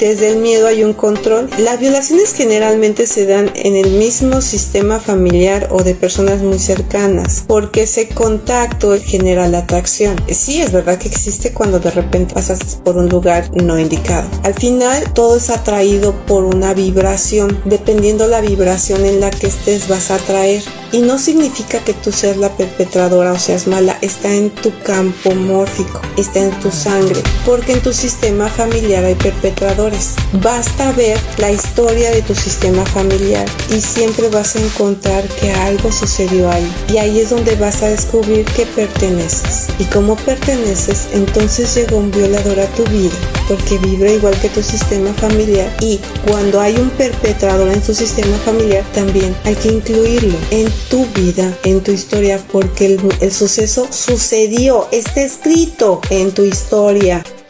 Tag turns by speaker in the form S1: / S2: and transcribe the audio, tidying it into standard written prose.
S1: Desde el miedo hay un control. Las violaciones generalmente se dan en el mismo sistema familiar o de personas muy cercanas, porque ese contacto genera la atracción. Sí, es verdad que existe cuando de repente pasas por un lugar no indicado. Al final, todo es atraído por una vibración. Dependiendo la vibración en la que estés, vas a atraer. Y no significa que tú seas la perpetradora o seas mala, está en tu campo mórfico, está en tu sangre, porque en tu sistema familiar hay perpetradores. Basta ver la historia de tu sistema familiar y siempre vas a encontrar que algo sucedió ahí. Y ahí es donde vas a descubrir que perteneces. Y como perteneces, entonces llegó un violador a tu vida, porque vibra igual que tu sistema familiar. Y cuando hay un perpetrador en tu sistema familiar, también hay que incluirlo en tu vida, en tu historia, porque el suceso sucedió, está escrito en tu historia.